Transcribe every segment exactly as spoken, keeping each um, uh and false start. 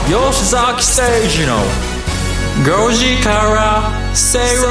吉崎誠二のごじから正論。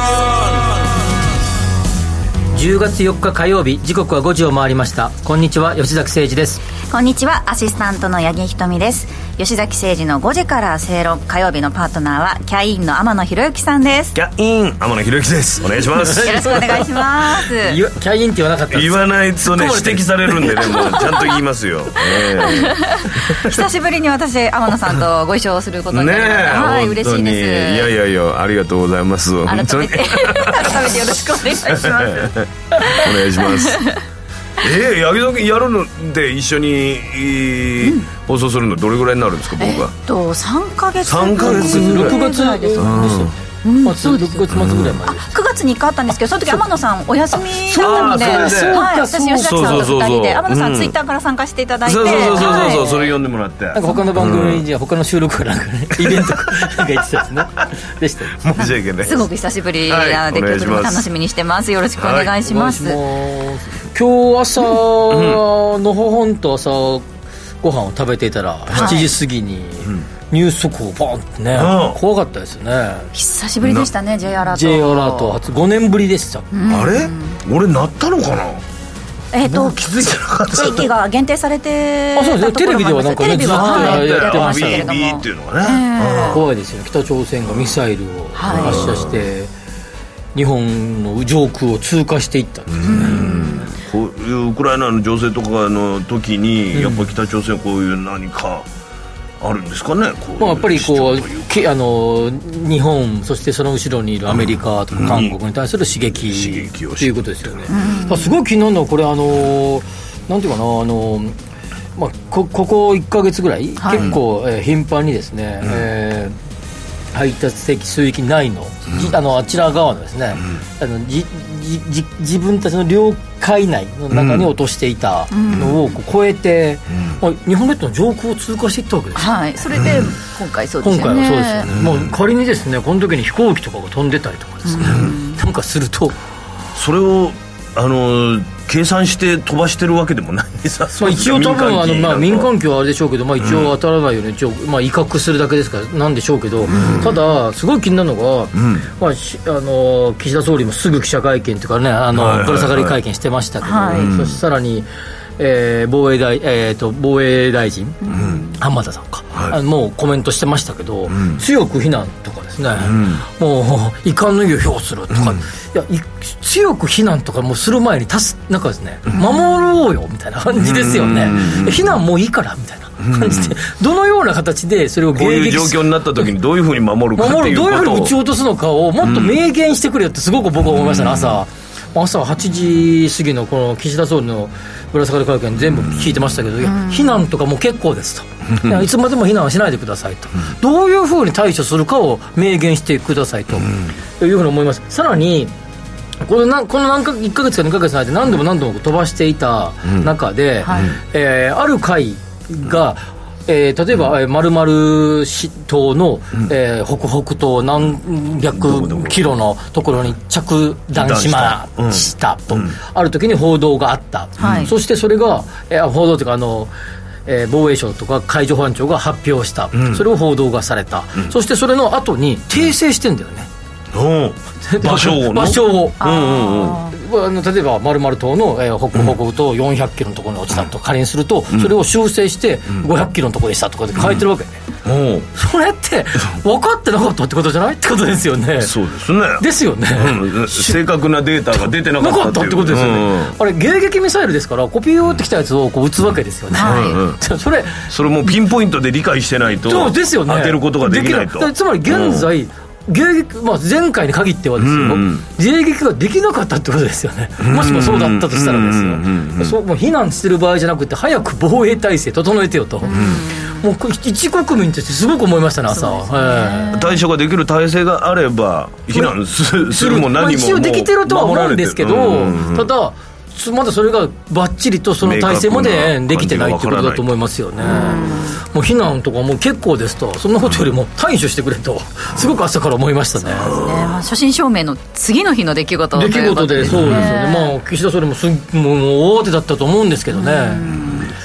じゅうがつよっか火曜日、時刻はごじを回りました。こんにちは、吉崎誠二です。 こんにちは、アシスタントの八木ひとみです。吉崎誠二のごじから正論、火曜日のパートナーはキャインの天野博之さんです。 キャイン天野博之です。お願いしますよろしくお願いしますキャインって言わなかったんです。 言わないとね、指摘されるんでね、もうちゃんと言いますよ、えー、 久しぶりに私天野さんとご一緒することになりました、 ね、 はい、嬉しいです。 いやいやいや、ありがとうございます。 改めて改めてよろしくお願いしますお願いしますえー、八木さんやるので一緒に、えーうん、放送するのどれぐらいになるんですか。僕はえっとさんかげつさんかげつぐらい、 ろくがつですよね。うん、そうです。ろくがつ末ぐらいまで、 あ、くがつにいっかいあったんですけど、その時天野さんお休みだったので、はい、私吉崎さんとふたりで天野さんツイッターから参加していただいて、 そうそうそうそう、 はい、 それ読んでもらって、 なんか他の番組に、じゃあ他の収録かなんかね、イベントかなんか言ってたですねでした。 申し訳ない、 すごく久しぶりなで、はい、今日楽しみにしてます。よろしくお願いします、はい、 今日朝のほほんと朝ご飯を食べていたらしちじ過ぎに、はい、ニュース速報バーンってね、怖かったですよね。 久しぶりでしたね。 J アラート J アラート初ごねんぶりでした、 うん、あれ俺鳴ったのかな。 えー、と気づいてなかった地域が限定されてあ、そうですね、テレビではなんかね、ずっとやってましたけれども、 ビービーっていうのがね、 えー、怖いですよね。北朝鮮がミサイルを発射して、はい、日本の上空を通過していったんですね。 こういうウクライナの情勢とかの時に、うん、やっぱ北朝鮮こういう何かあるんですかね。こうまあ、やっぱりこうけあの日本、そしてその後ろにいるアメリカとか韓国に対する刺激、うん、刺激をということですよね、うん、すごい気になるのはこれ、あのなんていうかな、あの、まあ、こ, ここいっかげつぐらい、はい、結構、えー、頻繁にですね、うん、えー、排他的水域内の、うん、あのあちら側のですね、うん、あのじじ自分たちの領海内の中に落としていたのをこう超えて、うん、まあ、日本列島の上空を通過していったわけです、 はい、それで今回そうですよね。 今回はそうですよね、うん、もう仮にですね、この時に飛行機とかが飛んでたりとかですね、うん、なんかするとそれをあの計算して飛ばしてるわけでもないさ、 まあ、一応多分あの、まあ、民間機はあれでしょうけど、まあ、一応当たらないように一応、まあ、威嚇するだけですからなんでしょうけど、うん、ただすごい気になるのが、うん、まあ、あの岸田総理もすぐ記者会見というかね、あの、はいはいはい、ぶら下がり会見してましたけど、はい、そしてさらに、えー、防衛大、えー、と防衛大臣、うん、浜田さんか、はい、あのもうコメントしてましたけど、うん、強く非難とかですね、うん、もう遺憾の意を表するとか、うん、いや強く非難とかもする前にたすなんかですね、うん、守ろうよみたいな感じですよね、うん、非難もういいからみたいな感じで、うん、どのような形でそれを迎撃、 こういう状況になった時にどういうふうに守るかっていうことを、 どういうふうに撃ち落とすのかをもっと明言してくれよってすごく僕は思いましたね。朝朝はちじ過ぎのこの岸田総理のぶら下がり会見全部聞いてましたけど、いや非難とかも結構ですと、いやいつまでも非難はしないでくださいと、どういうふうに対処するかを明言してくださいというふうに思います。さらにこのなこの何かいっかげつかにかげつの間何度も何度も飛ばしていた中で、うん、はい、えー、ある会が、えー、例えば、うん、丸々島の、うん、えー、北北東何百キロのところに着弾しましたと、うん、ある時に報道があった、うん、そしてそれが、えー、報道というかあのえー、防衛省とか海上保安庁が発表した、うん、それを報道がされた、うん、そしてそれの後に訂正してんだよね、 うん、場所を場所を、うんうんうん、あの例えば丸々島の、えー、北北東よんひゃっキロのところに落ちたと仮にすると、うん、それを修正してごひゃっキロのところでしたとかで書いてるわけね、うん、それって分かってなかったってことじゃないってことですよね。 そうですねですよね、うん、 正確なデータが出てなかったっていう、 なかったってことですよね、うん、あれ迎撃ミサイルですからコピーを打ってきたやつをこう撃つわけですよね、 うんうん、それそれもピンポイントで理解してないと当てることができないと。 つまり現在、うん、迎撃、まあ、前回に限ってはですよ、うんうん、迎撃ができなかったってことですよね、もしもそうだったとしたらですよ、うんうんうん、そうもう非難してる場合じゃなくて早く防衛体制整えてよと、うん、もう一国民としてすごく思いましたね朝、 ね、対処ができる体制があれば非難するも何も、まあ、 一応できてるとは思うんですけど、うんうん、ただまだそれがバッチリとその体制までできてないということだと思いますよね。もう避難とかもう結構ですと、そんなことよりも対処してくれとすごく朝から思いましたね。 そうですね、まあ、初心証明の次の日の出来事出来事で、そうですよね、まあ、岸田総理もすもう大手だったと思うんですけどね。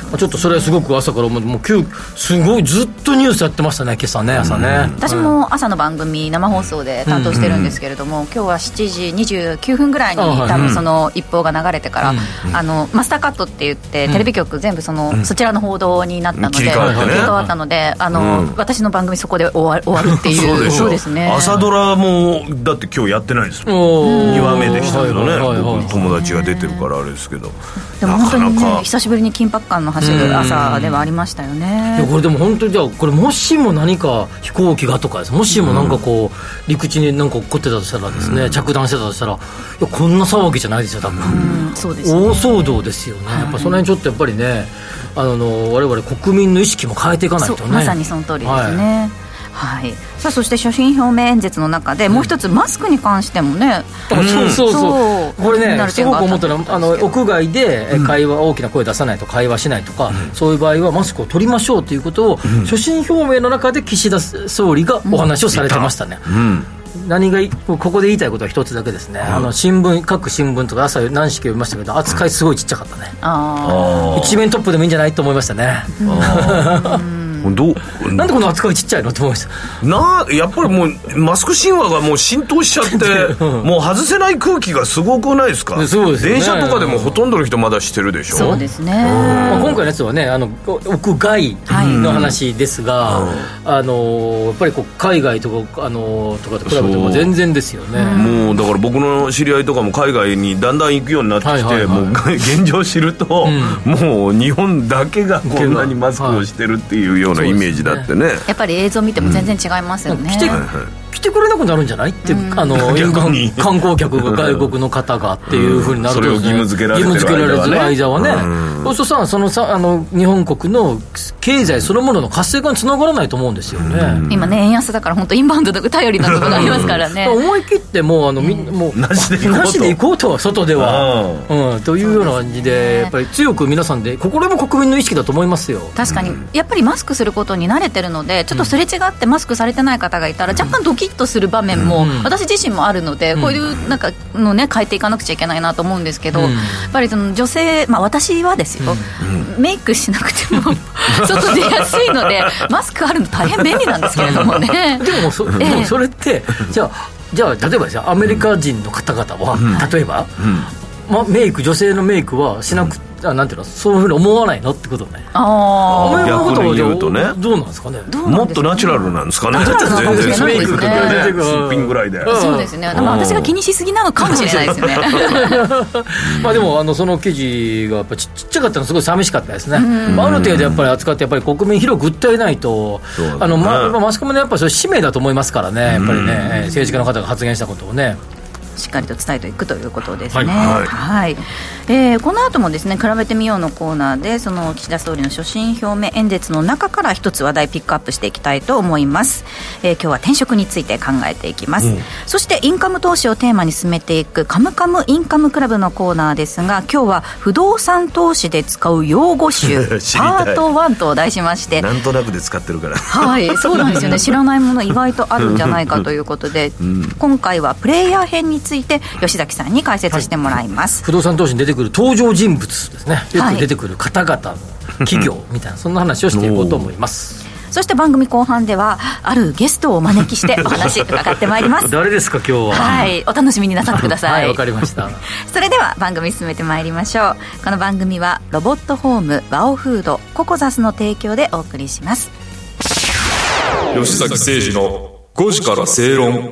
ちょっとそれすごく朝からもうもう急すごいずっとニュースやってましたね今朝ね朝ね、 私も朝の番組生放送で担当してるんですけれども、今日はしちじにじゅうきゅうふんぐらいに多分その一報が流れてから、あのマスターカットって言ってテレビ局全部そのそちらの報道になったので、切り替わったので、あの私の番組そこで終わ終わるっていう。 そうでしょ。そうですね。朝ドラもだって今日やってないですもん。にわめでしたけどね、僕友達が出てるからあれですけど、 でも本当にね久しぶりに緊迫感の走る朝ではありましたよね。 いやこれでも本当にじゃあこれもしも何か飛行機がとかです、もしもなんかこう陸地になんか起こってたとしたらですね、着弾してたとしたらいやこんな騒ぎじゃないですよ多分。 うんそうですね、 大騒動ですよね。やっぱその辺ちょっとやっぱりね、あの我々国民の意識も変えていかないとね。 まさにその通りですね。はいはい、さあそして所信表明演説の中でもう一つマスクに関してもね、 うん、そうそうそうこれねすごく思ったのはあの屋外で会話、うん、大きな声出さないと会話しないとか、うん、そういう場合はマスクを取りましょうということを、うん、所信表明の中で岸田総理がお話をされてましたね、うんうん、何がここで言いたいことは一つだけですね、うん、あの新聞各新聞とか朝何紙か読みましたけど扱いすごいちっちゃかったね、うん、一面トップでもいいんじゃないと思いましたね、うんどうなんでこの扱いちっちゃいのと思いましたな。やっぱりもうマスク神話がもう浸透しちゃってもう外せない空気がすごくないですか。 そうですね、 電車とかでもほとんどの人まだしてるでしょ。 そうですね、 まあ、今回のやつはねあの屋外の話ですが、はい、あのやっぱりこう海外とか、あのとかと比べても全然ですよね。 もうだから僕の知り合いとかも海外にだんだん行くようになってきて、はいはいはい、もう現状知ると、うん、もう日本だけがこんなにマスクをしてるっていうようなイメージだってね、 やっぱり映像見ても全然違いますよね、うん、 来て、はいはい来てくれなくなるんじゃないって、うん、あの観光客が外国の方がっていうふうになると、ね、 うん、それを義務付けられてる間はね、義務付けられてる間はね、 うん、そうするとさそのさあの日本国の経済そのものの活性化につながらないと思うんですよね、 うん、今ね円安だから本当インバウンドの頼りなところがありますからね思い切ってもうあのみもうなしで行こうと、 なしで行こうと外では、うん、というような感じでやっぱり強く皆さんでこれも国民の意識だと思いますよ。 確かにやっぱりマスクすることに慣れてるのでちょっとすれ違ってマスクされてない方がいたら若干ドキッとする場面も、うん、私自身もあるので、うん、こういうなんかのね変えていかなくちゃいけないなと思うんですけど、うん、やっぱりその女性、まあ、私はですよ、うん、メイクしなくても外出やすいのでマスクあるの大変便利なんですけれどもねでも そ,、えー、でもそれってじゃあじゃあ例えばですよアメリカ人の方々は、うん、例えば、うんま、メイク女性のメイクはしなくて、うんあなんていうのそういうふうに思わないのってことね。 ああ逆に言うとねどうなんですかね。 もっとナチュラルなんですかね。全然メイクかけてねすっぴんぐらいで。 そうですね。でも私が気にしすぎなのかもしれないですよねまあでもあのその記事がやっぱちっちゃかったのはすごい寂しかったですね。まあ、ある程度やっぱり扱ってやっぱり国民広く訴えないと、あのまマスコミのやっぱりそれ使命だと思いますからね。やっぱりね政治家の方が発言したことをねしっかりと伝えていくということですね。 はい、 はいえー、この後もですね比べてみようのコーナーでその岸田総理の所信表明演説の中から一つ話題ピックアップしていきたいと思います。えー、今日は転職について考えていきます。うん、そしてインカム投資をテーマに進めていくカムカムインカムクラブのコーナーですが今日は不動産投資で使う用語集パートワンと題しましてなんとなくで使ってるからはいそうなんですよね知らないもの意外とあるんじゃないかということで、うん、今回はプレイヤー編について吉崎さんに解説してもらいます。 はい、不動産投資に出てくる登場人物ですねよく出てくる方々の企業みたいなそんな話をしていこうと思います。 そして番組後半ではあるゲストをお招きしてお話伺ってまいります誰ですか今日は。 はいお楽しみになさってください。 はいわかりましたそれでは番組進めてまいりましょう。この番組はロボットホームワオフードココザスの提供でお送りします。 吉崎誠二のごじから正論。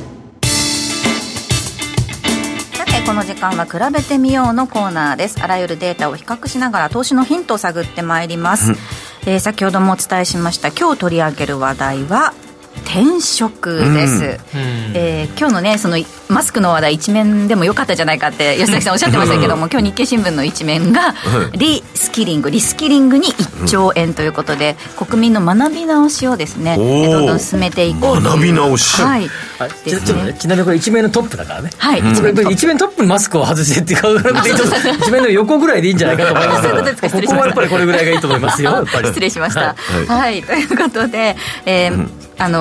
この時間は比べてみようのコーナーです。あらゆるデータを比較しながら投資のヒントを探ってまいります。えー、先ほどもお伝えしました今日取り上げる話題は転職です。うんえー、今日のねそのマスクの話題一面でも良かったじゃないかって吉崎さんおっしゃってましたけども今日日経新聞の一面がリスキリングリスキリングにいっちょうえんということで国民の学び直しをですねどんどん進めていこうという学び直し、 はいち, ち, ょっとね、ちなみにこれ一面のトップだからね、 はい、 一面トップ一面トップにマスクを外してって考えなくていいと一面の横ぐらいでいいんじゃないかと思いますがここはやっぱりこれぐらいがいいと思いますよやっぱり失礼しました、はいはい、ということで、えーうん、あの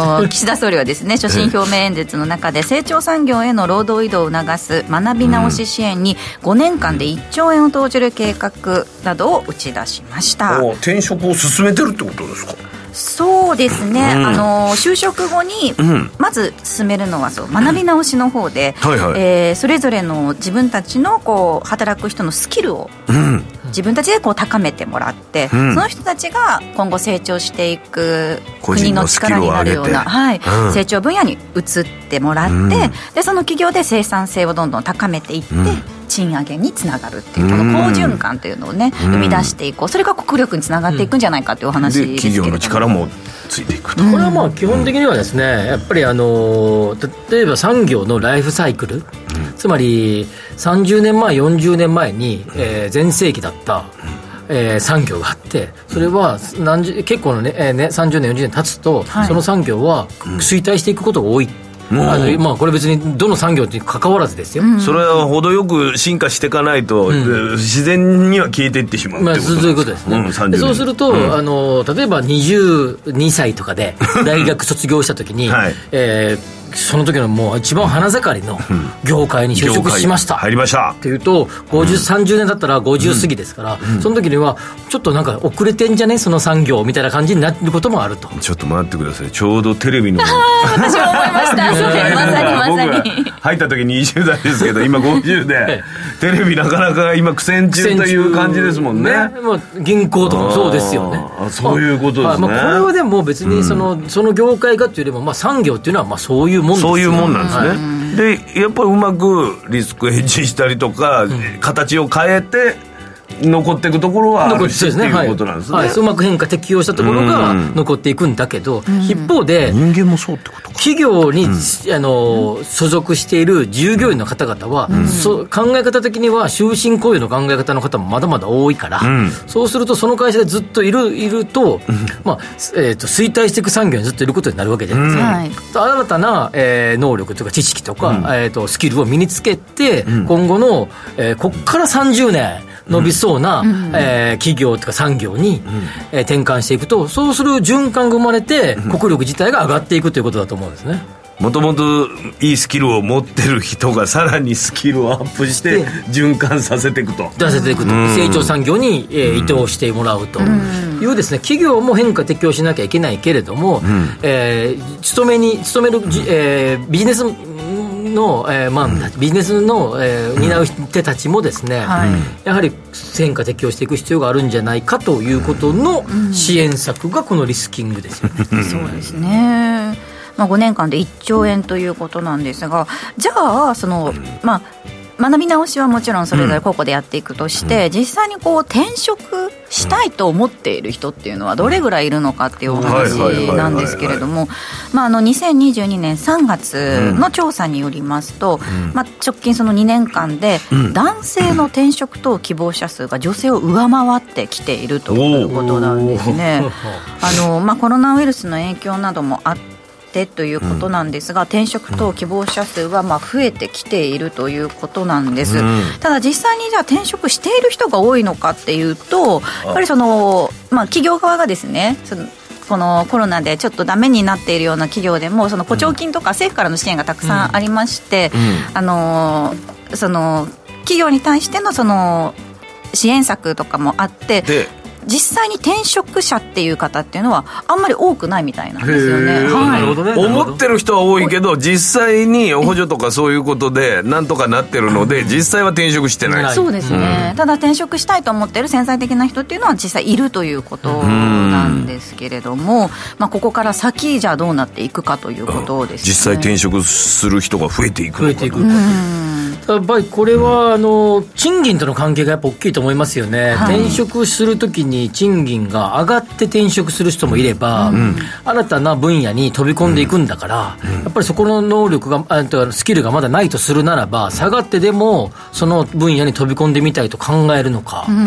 の岸田総理はですね所信表明演説の中で成長産業への労働移動を促す学び直し支援にごねんかんでいっちょうえんを投じる計画などを打ち出しました。 転職を進めてるってことですか？ そうですね、うん、あの就職後にまず進めるのはそう学び直しの方で、うんはいはいえー、それぞれの自分たちのこう働く人のスキルを、うん自分たちでこう高めてもらって、うん、その人たちが今後成長していく国の力になるような、はいうん、成長分野に移ってもらって、うん、でその企業で生産性をどんどん高めていって、うん、賃上げにつながるっていうこの好循環というのをね、うん、生み出していこう。それが国力につながっていくんじゃないかというお話ですけれども、で企業の力もついていくと、 これはまあ基本的にはですね、やっぱりあの例えば産業のライフサイクル、うん、つまりさんじゅうねんまえよんじゅうねんまえに、えー、全盛期だった、うんえー、産業があって、それは何十結構の ね,、えー、ねさんじゅうねんよんじゅうねん経つと、はい、その産業は衰退していくことが多い、うん、あのまあ、これ別にどの産業に関わらずですよ、うん、 それは程よく進化していかないと、うん、自然には消えていってしまうってこと、 まあ、そういうことですね、うん、でそうすると、うん、あの例えばにじゅうにさいとかで大学卒業した時に、はいえーその時のもう一番花盛りの業界に就職しました、 うん、入りましたっていうとごじゅう、さんじゅうねんだったらごじゅう過ぎですから、うん、その時にはちょっとなんか遅れてんじゃねその産業みたいな感じになることもあると。 ちょっと待ってください、ちょうどテレビの私も思いましたそれまさにまさに入った時にじゅう代ですけど今ごじゅうでテレビなかなか今苦戦中という感じですもんね。ね、まあ、 銀行とかもそうですよね。 あそういうことですね。 まあ、これはでも別にその、うん、その業界がというよりも、まあ、産業っていうのはまあそういうもんですよ。 そういうもんなんですね、はい、でやっぱりうまくリスクヘッジしたりとか、うん、形を変えて残っていくところはあるし、ね、っていうことなんですね、 はいはい、うまく変化適用したところが残っていくんだけど、うん、一方で人間もそうってことか。 企業に、うん、あの所属している従業員の方々は、うん、そ考え方的には終身雇用の考え方の方もまだまだ多いから、うん、そうするとその会社でずっといる、いると、うんまあえー、と衰退していく産業にずっといることになるわけじゃないですか、うん、新たな、えー、能力とか知識とか、うんえー、とスキルを身につけて、うん、今後の、えー、こっからさんじゅうねん伸びそうな、うんえー、企業とか産業に、うんえー、転換していくと、そうする循環が生まれて、うん、国力自体が上がっていくということだと思うんですね。 もともといいスキルを持ってる人がさらにスキルをアップして循環させていくと出せていくと、うん、成長産業に、えー、移動してもらうというですね、企業も変化適応しなきゃいけないけれども、うんえー、勤めに勤める、えー、ビジネスの、えーまあ、ビジネスの、えー、担う人たちもですね、はい、やはり変化適応していく必要があるんじゃないかということの支援策がこのリスキングですよね、 うん、そうですね。まあ、ごねんかんでいっちょうえんということなんですが、じゃあその、まあ、学び直しはもちろんそれぞれ個々でやっていくとして、うん、実際にこう転職したいと思っている人っていうのはどれぐらいいるのかっていうお話なんですけれども、にせんにじゅうにねんさんがつの調査によりますと、うんまあ、直近そのにねんかんで男性の転職等希望者数が女性を上回ってきているということなんですね。あの、まあ、コロナウイルスの影響などもあってということなんですが、うん、転職等希望者数はまあ増えてきているということなんです、うん、ただ実際にじゃあ転職している人が多いのかっていうと、やっぱりその、まあ、企業側がですね、そのこのコロナでちょっとダメになっているような企業でもその補聴金とか政府からの支援がたくさんありまして、うん、あのその企業に対してのその支援策とかもあって、実際に転職者っていう方っていうのはあんまり多くないみたいなんですよね、 はい、思ってる人は多いけど実際に補助とかそういうことでなんとかなってるので実際は転職してない。 そうですね、うん、ただ転職したいと思ってる潜在的な人っていうのは実際いるということなんですけれども、まあ、ここから先じゃあどうなっていくかということですね、うん、 実際転職する人が増えていくのかな。増えていく、 うんやっぱりこれはあの賃金との関係がやっぱ大きいと思いますよね、はい、転職するときに賃金が上がって転職する人もいれば、うん、新たな分野に飛び込んでいくんだから、うん、やっぱりそこの能力があスキルがまだないとするならば下がってでもその分野に飛び込んでみたいと考えるのか、うん、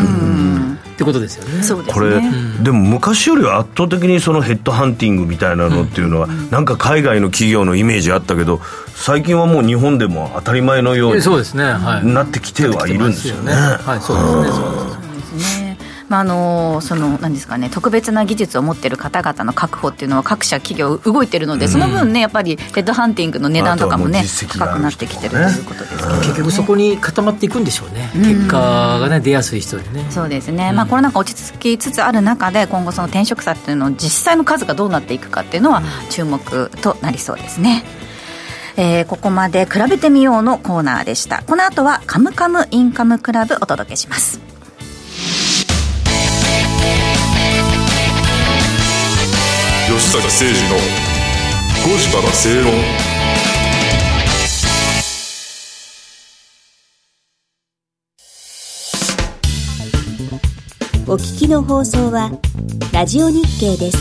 ってことですよね。 そうですね。 これ、うん、でも昔よりは圧倒的にそのヘッドハンティングみたいなのっていうのは、うん、なんか海外の企業のイメージあったけど最近はもう日本でも当たり前のようにそうですね、はい、 なってきてはいるんですよね。 はい、そうですね、そうですね。 まあのその何ですかね、特別な技術を持っている方々の確保っていうのは各社企業動いてるので、うん、その分ねやっぱりヘッドハンティングの値段とかもね高くなってきてるということですけど、ね、 結局そこに固まっていくんでしょうね、うん、結果がね出やすい人にね。 そうですね、うん、まあ、コロナ禍落ち着きつつある中で今後その転職差っていうのの実際の数がどうなっていくかっていうのは注目となりそうですね。えー、ここまで比べてみようのコーナーでした。この後はカムカムインカムクラブお届けします。 吉坂誠二のごじから正論。 お聞きの放送はラジオ日経です。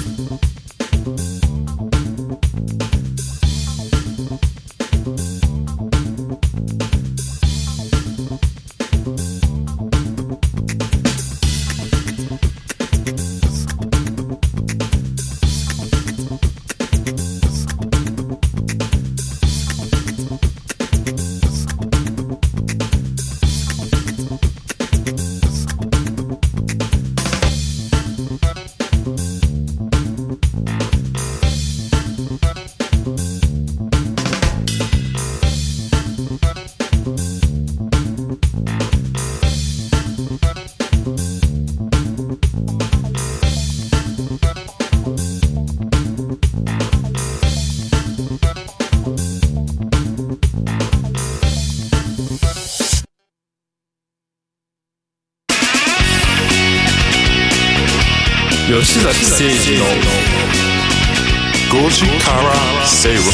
吉崎誠二のごじから正論。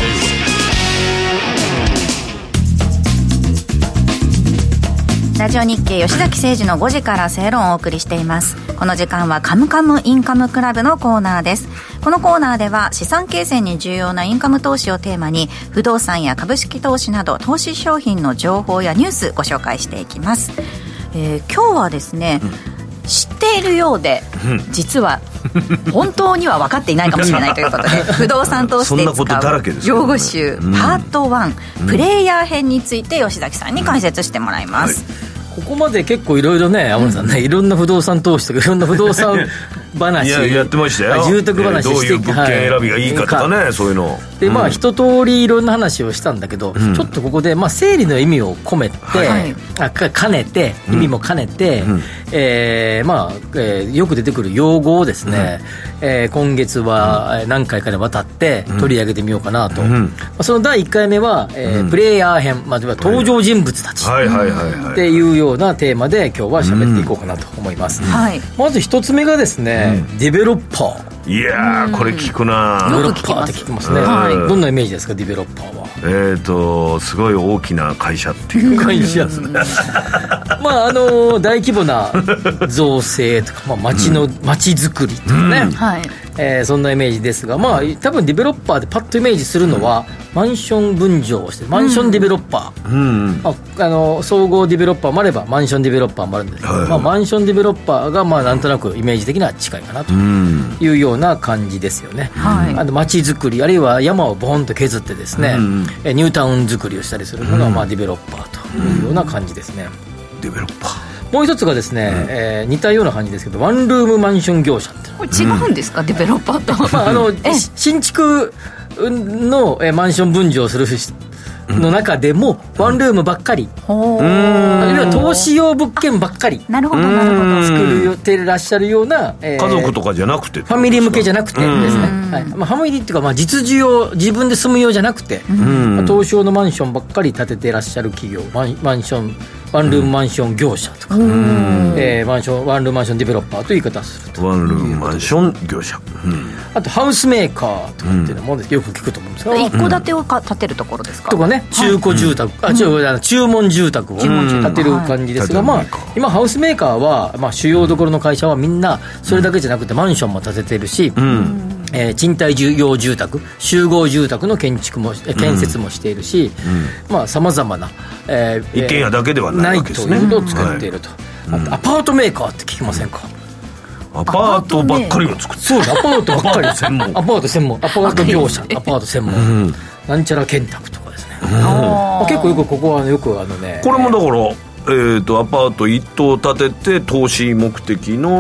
ラジオ日経吉崎誠二のごじから正論をお送りしています。この時間はカムカムインカムクラブのコーナーです。このコーナーでは資産形成に重要なインカム投資をテーマに不動産や株式投資など投資商品の情報やニュースご紹介していきます。えー、今日はですね、うん知っているようで、うん、実は本当には分かっていないかもしれないということで不動産投資で使う用語集、うん、パートワン、うん、プレイヤー編について吉崎さんに解説してもらいます、 うんはい、ここまで結構いろいろね天野さんね、うん、いろんな不動産投資とかいろんな不動産話いややってましたよ。 住宅話して、 えー、どういう物件選びがいいかとかね、はい、そういうので、まあ、うん、一通りいろんな話をしたんだけど、うん、ちょっとここで、まあ、整理の意味を込めて、はい、あ兼ねて意味も兼ねて、うんえーまあえー、よく出てくる用語をですね、うんえー、今月は何回かにわたって取り上げてみようかなと、うんまあ、そのだいいっかいめは、えーうん、プレイヤー編、まあ、登場人物たちっていうようなテーマで今日は喋っていこうかなと思います、うんはい、まず一つ目がですね、うん、ディベロッパー。 いやーこれ聞くな。 ディベロッパーって聞きますね、はい、どんなイメージですかディベロッパーは。 えーとすごい大きな会社っていう会社ですねまああの大規模な造成とか、まあ、町の、うん、町づくりとかね、うんはいえー、そんなイメージですが、まあ、多分ディベロッパーでパッとイメージするのは、うん、マンション分譲をしてマンションディベロッパー、うんまあ、あの総合ディベロッパーもあればマンションディベロッパーもあるんですけど、はいまあ、マンションディベロッパーがまあなんとなくイメージ的には近いかなというような感じですよね、はい、あの町づくりあるいは山をボーンと削ってですね、うん、ニュータウンづくりをしたりするのが、まあ、ディベロッパーというような感じですね、うん、 ディベロッパー。 もう一つがですね、うんえー、似たような感じですけどワンルームマンション業者ってこれ違うんですか、うん、ディベロッパーと、 まあ、あの新築のマンション分譲するの中でもワンルームばっかり、うん、あるいは投資用物件ばっかりなるほどなるほど作る予定でいらっしゃるような、 えー、家族とかじゃなくてファミリー向けじゃなくてですね、はいまあ、ファミリーっていうか、まあ、実需用自分で住む用じゃなくて、まあ、投資用のマンションばっかり建てていらっしゃる企業マン、マンションワンルームマンション業者とか、うんえー、マンションワンルームマンションディベロッパーという言い方をするとワンルームマンション業者、うん、 あとハウスメーカーとかっていうのもよく聞くと思うんですが、 一戸建てをか建てるところですかとかね中古住宅、はい、あ中あの注文住宅を建てる感じですが、まあ、今ハウスメーカーは、まあ、主要どころの会社はみんなそれだけじゃなくてマンションも建ててるし、うんえー、賃貸用住宅集合住宅の建築も建設もしているしさまざまな、 えー、一軒家だけではないわけですね。 ないということを作っていると、うん、あとアパートメーカーって聞きませんか、 うん、アパートばっかりを作ってそうですアパートばっかり専門アパート専門アパート業者アパート専門、うん、なんちゃら建託とかですね、うんまあ、結構よくここはよくあのねこれもだから、えー、とアパート一棟建てて投資目的の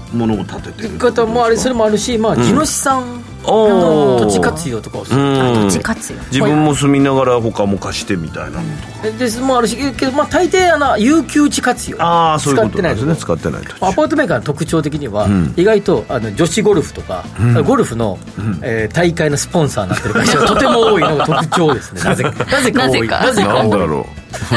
ものを建ててる言い方もあれそれもあるし、まあ、地主さんの土地活用とかをする、 土地活用自分も住みながら他も貸してみたいなのとかですもあるしけど、まあ、大抵あの有給地活用あそういうことなんですね使ってないとアパートメーカーの特徴的には、うん、意外とあの女子ゴルフとか、うん、ゴルフの、うんえー、大会のスポンサーになってる会社がとても多いのが特徴ですねなぜかなぜか多いなぜか多いなんだろう、はい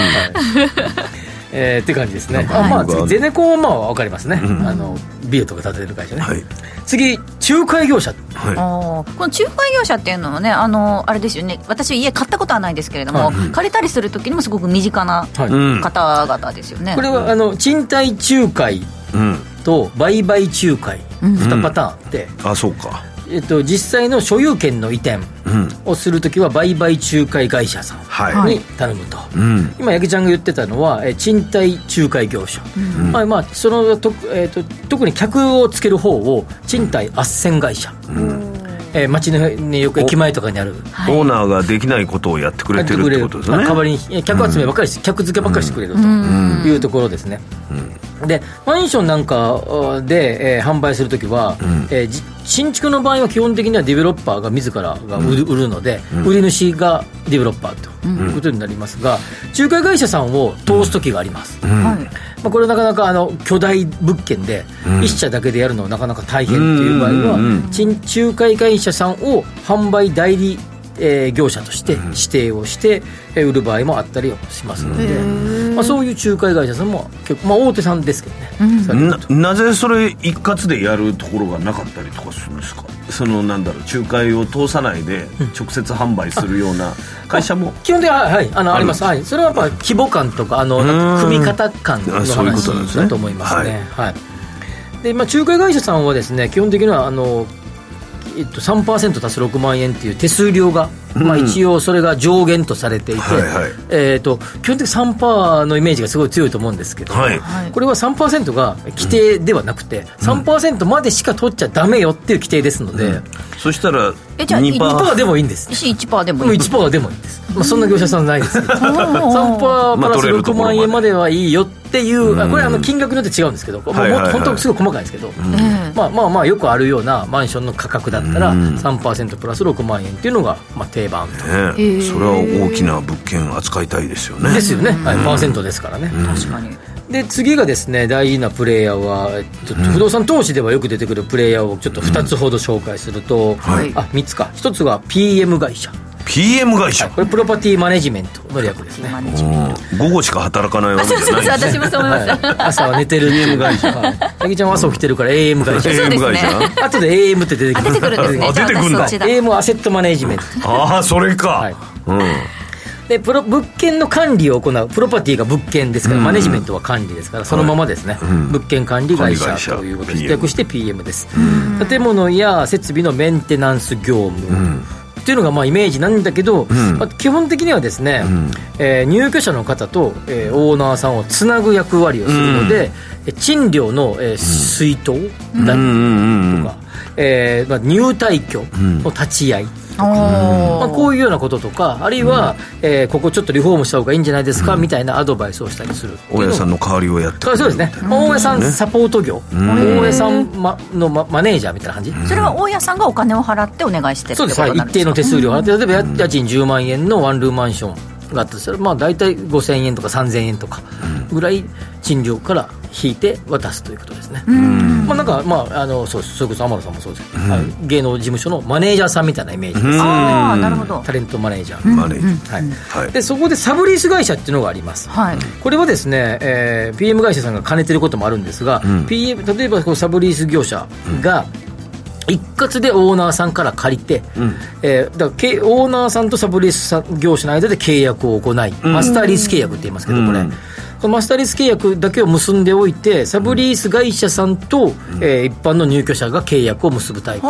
えー、って感じですね、はい、あまあ、次ゼネコンはまあ分かりますね、うん、あのビルとか建ててる会社ね、はい、次仲介業者、 はい、あこの仲介業者っていうのはね あのあれですよね私家買ったことはないですけれども、はい、借りたりする時にもすごく身近な方々ですよね、 はい、これはあの賃貸仲介と売買仲介にパターンあって、 うん、あそうかえっと、実際の所有権の移転をするときは売買仲介会社さんに頼むと、はいうん、今八木ちゃんが言ってたのは賃貸仲介業者、うんまあまあ、そのと、えー、と特に客をつける方を賃貸斡旋会社、うんえー、街の、ね、よく駅前とかにあるオーナーができないことをやってくれてるってことですね、 まあ、代わりに客集めばっかりし、うん、客付けばっかりしてくれるというところですね、うん、でマンションなんかで、えー、販売するときは、うんえー新築の場合は基本的にはディベロッパーが自らが売る、うん、売るので、うん、売り主がディベロッパーということになりますが、うん、仲介会社さんを通すときがあります、うんまあ、これなかなかあの巨大物件で一社だけでやるのはなかなか大変という場合は、うん、仲介会社さんを販売代理えー、業者として指定をして、えー、売る場合もあったりしますので、まあ、そういう仲介会社さんも結構、まあ、大手さんですけどね、 うん、な, なぜそれ一括でやるところがなかったりとかするんですかそのなんだろう仲介を通さないで直接販売するような会社も、うん、 基本的には、はい、あのあります、はい、それはやっぱ規模感とかあのなんか組み方感の話だと思いますね、はいはいでまあ、仲介会社さんはですね基本的にはあのえっと、さんパーセント足すろくまんえんという手数料が、うんまあ、一応それが上限とされていて、はいはいえー、と基本的に さんパーセント のイメージがすごい強いと思うんですけど、はい、これは さんパーセント が規定ではなくて、うん、さんパーセント までしか取っちゃダメよっていう規定ですので、うん、 そしたらえじゃあにパーセント でもいいんですいちパーセント でもいいいちパーセント でもいいんです、まあ、そんな業者さんないですけどさんパーセント プラスろくまんえんまではいいよっていう、まあ、これはあの金額によって違うんですけど、もう本当すごい細かいですけど、うんまあ、まあまあよくあるようなマンションの価格だったら さんパーセント プラスろくまんえんっていうのがまあ定番と、 ね、それは大きな物件扱いたいですよねですよね、はい、パーセントですからね、 うん、確かにで次がですね大事なプレイヤーはちょっと不動産投資ではよく出てくるプレイヤーをちょっとふたつほど紹介すると、うんはい、あみっつかひとつが ピーエム 会社ピーエム 会社、 はい、これプロパティマネジメントの略ですね午後しか働かないわけじゃないです、ね、 私もそう思いました、 はい、朝は寝てる ピーエム 会社八木ちゃんは朝起きてるから エーエム 会社、 そうですねあとで エーエム って出てきますあ出てくるんですねあ出てくるんだエーエム はアセットマネジメントああそれか、はいうんでプロ物件の管理を行うプロパティが物件ですから、うん、マネジメントは管理ですからそのままですね、はいうん、物件管理会社ということで略して ピーエム です、うん、建物や設備のメンテナンス業務、うんっていうのがまあイメージなんだけど、うんまあ、基本的にはですね、うんえー、入居者の方と、えー、オーナーさんをつなぐ役割をするので、うん、賃料の、えー、水筒代とか、うんえーまあ、入退去の立ち会いとか、まあ、こういうようなこととかあるいは、うんえー、ここちょっとリフォームした方がいいんじゃないですか、うん、みたいなアドバイスをしたりする大家さんの代わりをやってくれるそうですね大家さんサポート業、うん、大家さん、ま、の、ま、マネージャーみたいな感じ、うん、 それは大家さんがお金を払ってお願いしてるってことそうです、はい、一定の手数料を払って、うん、例えば家賃じゅうまんえんのワンルームマンションがあったとしたら、まあ、大体ごせんえんとかさんぜんえんとかぐらい賃料から引いて渡すということですね、うんまあ、なんか、まあ、あのそうそれこそ天野さんもそうですけど、うん、芸能事務所のマネージャーさんみたいなイメージです、ね、 あなるほどタレントマネージャー、 うんマネージャーはいはい、でそこでサブリース会社っていうのがあります、はい、これはですね、えー、ピーエム 会社さんが兼ねてることもあるんですが、うん、ピーエム 例えばこうサブリース業者が、一括でオーナーさんから借りて、うんえー、だからオーナーさんとサブリース業者の間で契約を行い、うん、マスターリース契約って言いますけど、うん、これこのマスターリース契約だけを結んでおいてサブリース会社さんと、うんえー、一般の入居者が契約を結ぶタイプ、うん、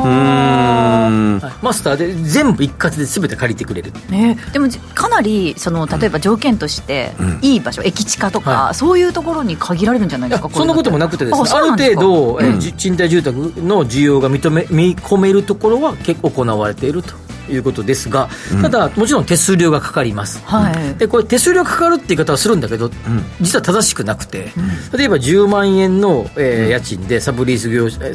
マスターで全部一括で全て借りてくれる、 ね、でもかなりその例えば条件として、うん、いい場所駅近とか、はい、そういうところに限られるんじゃないですか。 そんなこともなくてですね、ある程度、うん、えー、賃貸住宅の需要が認め見込めるところは結構行われているということですが、ただもちろん手数料がかかります、 はい、でこれ手数料かかるって言い方はするんだけど、うん、実は正しくなくて、うん、例えばじゅうまんえんの、えー、家賃でサブリース業者、うん、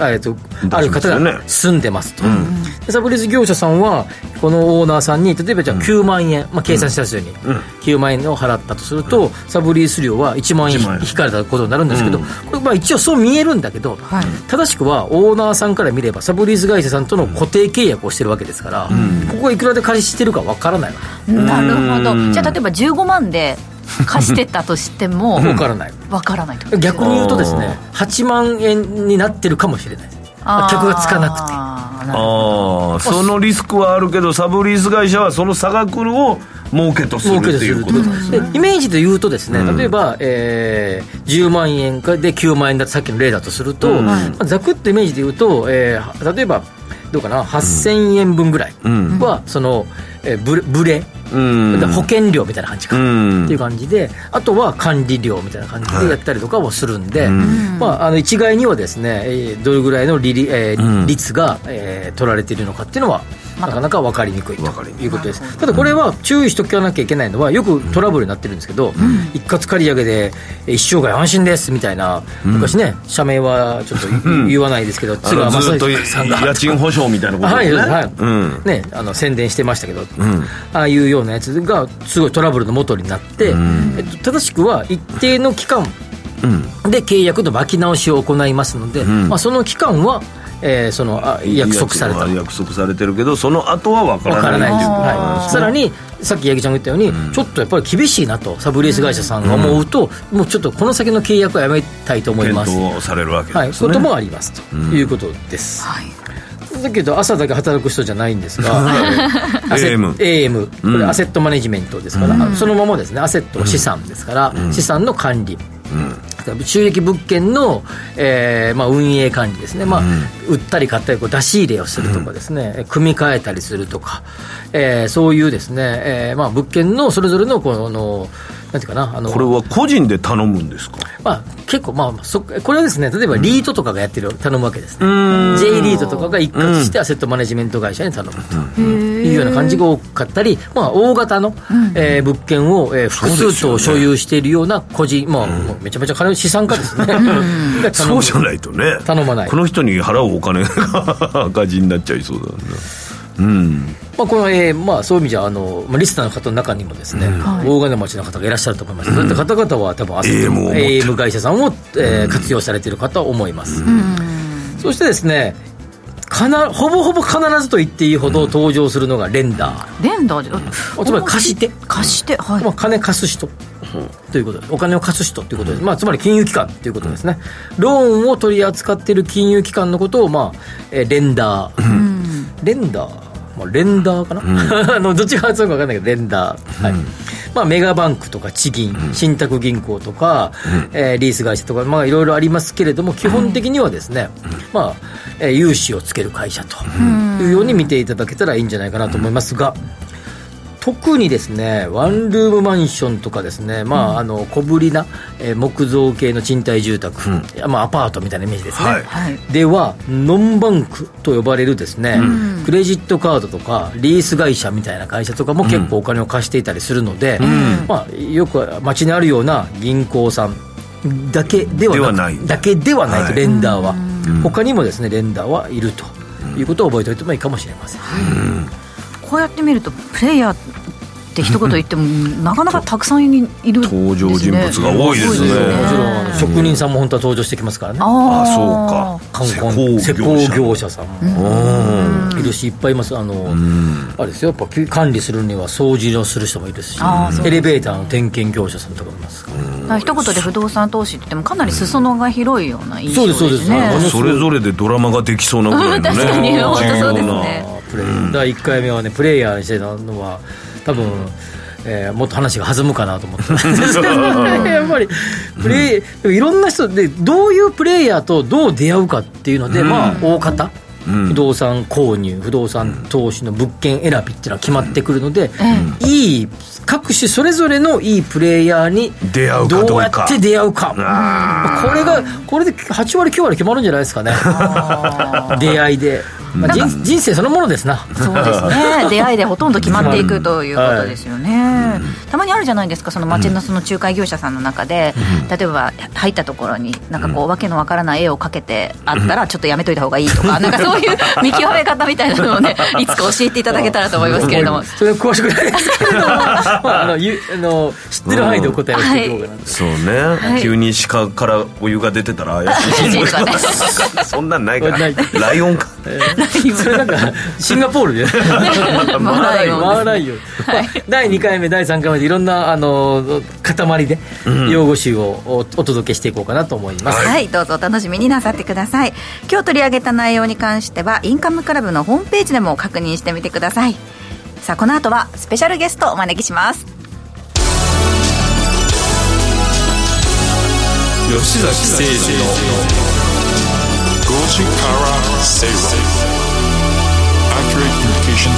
えー、とある方が住んでますと、うん、でサブリース業者さんはこのオーナーさんに例えばじゃあきゅうまんえん、まあ、計算したように、うん、きゅうまんえんを払ったとすると、うん、サブリース料はいちまんえん引かれたことになるんですけど、うん、これまあ一応そう見えるんだけど、はい、正しくはオーナーさんから見ればサブリース会社さんとの固定契約をしてるわけですから、うん、ここがいくらで借りしてるかわからないわけ。 なるほど。じゃあ例えばじゅうごまんで貸してたとしてもわからないわからないと。 逆に言うとですねはちまんえんになってるかもしれないです。客がつかなくて、 ああそのリスクはあるけどサブリース会社はその差額を儲けとするっていうことですね。 でイメージで言うとですね、例えば、えー、じゅうまんえんできゅうまんえんだとさっきの例だとすると、うんまあ、ざくっとイメージで言うと、えー、例えばどうかなはっせんえんぶんぐらいは、うん、その、えー、ブ, ブレうん、保険料みたいな感じか、うん、っていう感じで、あとは管理料みたいな感じでやったりとかもするんで、はいまあ、あの一概にはですね、えー、どれぐらいの利、えー、率が、えー、取られているのかっていうのはなかなか分かりにくいということです。ただこれは注意しておかなきゃいけないのはよくトラブルになってるんですけど、うん、一括借り上げで一生涯安心ですみたいな、うん、昔ね社名はちょっと言わないですけど、うん、津川雅之さんが家賃保証みたいなことですね、はいはいうんね、あの宣伝してましたけど、うん、ああいうようなやつがすごいトラブルの元になって、うんえっと、正しくは一定の期間で契約の巻き直しを行いますので、うんまあ、その期間はえー、そのあ約束された約束されてるけどその後は分からない。 分からないです、はい、さらにさっき八木ちゃんが言ったように、うん、ちょっとやっぱり厳しいなとサブリース会社さんが思うと、うん、もうちょっとこの先の契約はやめたいと思います検討されるわけですね、 はい、こともありますということです、うんはいだけど朝だけ働く人じゃないんですがエーエム, エーエム これアセットマネジメントですから、うん、そのままですねアセットは資産ですから、うん、資産の管理、うん、収益物件の、えーまあ、運営管理ですね、まあうん、売ったり買ったりこう出し入れをするとかですね、うん、組み替えたりするとか、えー、そういうですね、えーまあ、物件のそれぞれのこのなんていうかなあのこれは個人で頼むんですか。 まあ、結構、まあ、そこれはですね例えばリートとかがやってる頼むわけですね、うん、J リートとかが一括してアセットマネジメント会社に頼むというような感じが多かったり、まあ、大型の、うんえー、物件を、えー、複数棟所有しているような個人、まあ、うん、もうめちゃめちゃ金資産家ですねそうじゃないとね頼まないこの人に払うお金が赤字になっちゃいそうだね。うんまあこのえーまあ、そういう意味じゃあの、まあ、リスナーの方の中にもですね、うん、大金持ちの方がいらっしゃると思います、うん、そういった方々は多分アセット エーエム 会社さんを、えー、活用されている方と思います、うん、そしてですねかなほぼほぼ必ずと言っていいほど登場するのがレンダー、 レンダーで、 うん、つまり貸して貸して、はいまあ、金貸す人、うん、ということです。お金を貸す人ということです、まあ、つまり金融機関ということですね、うん、ローンを取り扱っている金融機関のことを、まあえー、レンダー、うん、レンダーまあ、レンダーかな、うん、あのどっちが発音か分かんないけどレンダー、はいうんまあ、メガバンクとか地銀、うん、信託銀行とか、うんえー、リース会社とか、まあ、いろいろありますけれども基本的にはですね、うんまあえー、融資をつける会社というように見ていただけたらいいんじゃないかなと思いますが、特にですねワンルームマンションとかですね、まあ、うん、あの小ぶりな、えー、木造系の賃貸住宅、うんまあ、アパートみたいなイメージですね、はい、ではノンバンクと呼ばれるですね、うん、クレジットカードとかリース会社みたいな会社とかも結構お金を貸していたりするので、うんまあ、よく街にあるような銀行さんだけではなくだけではないと、はい、レンダーは、うん、他にもですねレンダーはいるということを覚えておいてもいいかもしれません、うんこうやって見るとプレイヤーって一言言ってもなかなかたくさんいるです、ね、 登場人物が多いですね。 もちろん職人さんも本当は登場してきますからね。 ああそうか観光施工業者さんもいるしいっぱいいます。あのあれですよやっぱ管理するには掃除をする人もいるしエレベーターの点検業者さんとかもいますから一言で不動産投資って言ってもかなり裾野が広いような印象ですね。そうですそうです。 それぞれでドラマができそうなぐらいのね確かに本当そうですね。 プレイだいっかいめはねプレイヤーにしてたのは多分、えー、もっと話が弾むかなと思ってたんですけどやっぱりプレイ、うん、いろんな人でどういうプレイヤーとどう出会うかっていうので、うん、まあ大方、うん、不動産購入不動産投資の物件選びっていうのは決まってくるので、うん、いい各種それぞれのいいプレイヤーに出会うかどうかどうやって出会うかこれがこれではちわりきゅうわり決まるんじゃないですかね出会いでまあ、人, 人生そのものですな。 そうですね出会いでほとんど決まっていくということですよね、はい、たまにあるじゃないですか、その街のその仲介業者さんの中で、うん、例えば入ったところになんかこう、うん、わけのわからない絵をかけてあったらちょっとやめといた方がいいとか、なんかそういう見極め方みたいなのをねいつか教えていただけたらと思いますけれどもそれは詳しくないですけれども、まあ、あのゆあの知ってる範囲でお答えをしていこうかなと、 はい、そうね、はい、急に鹿からお湯が出てたら怪しい、ね、そんなんないからライオンか、えー、それなんかシンガポールでマーライオン、 マーライオン、はい、だいにかいめだいさんかいめでいろんなあの塊で用語集を お, お届けしていこうかなと思います、 はい、はい、どうぞお楽しみになさってください。今日取り上げた内容に関してはインカムクラブのホームページでも確認してみてください。さあこの後はスペシャルゲストをお招きします。 吉崎誠二のごじから正論 Accurate Communication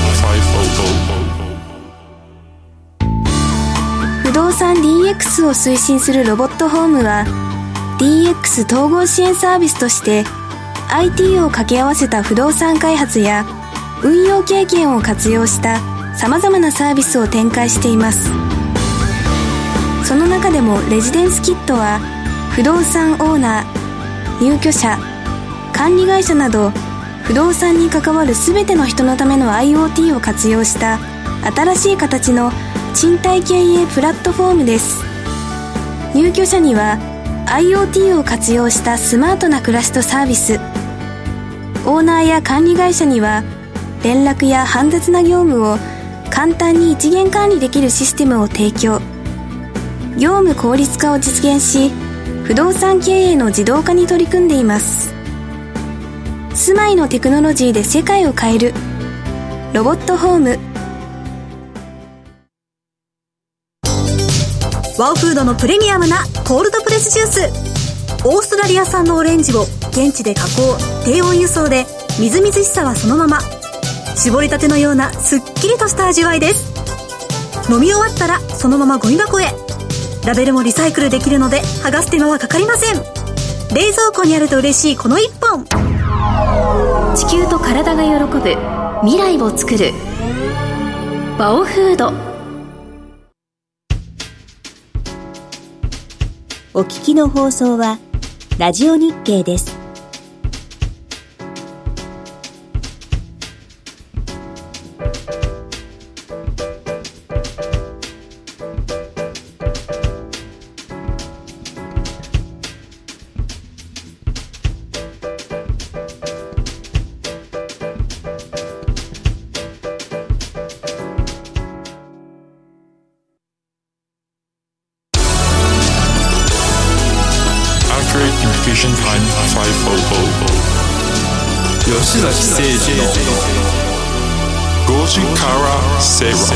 Time 不動産 ディーエックス を推進するロボットホームは ディーエックス 統合支援サービスとして アイティー を掛け合わせた不動産開発や運用経験を活用したさまざまなサービスを展開しています。その中でもレジデンスキットは不動産オーナー、入居者、管理会社など不動産に関わる全ての人のための アイオーティー を活用した新しい形の賃貸経営プラットフォームです。入居者には アイオーティー を活用したスマートな暮らしとサービス、オーナーや管理会社には連絡や煩雑な業務を簡単に一元管理できるシステムを提供、業務効率化を実現し不動産経営の自動化に取り組んでいます。住まいのテクノロジーで世界を変えるロボットホーム。 ワオフードのプレミアムなコールドプレスジュース、オーストラリア産のオレンジを現地で加工低温輸送でみずみずしさはそのまま、絞りたてのようなすっきりとした味わいです。飲み終わったらそのままゴミ箱へ。ラベルもリサイクルできるので剥がす手間はかかりません。冷蔵庫にあると嬉しいこの一本。 地球と体が喜ぶ未来を作るワオフード。 お聞きの放送はラジオ日経です。 吉崎誠二のごじから正論。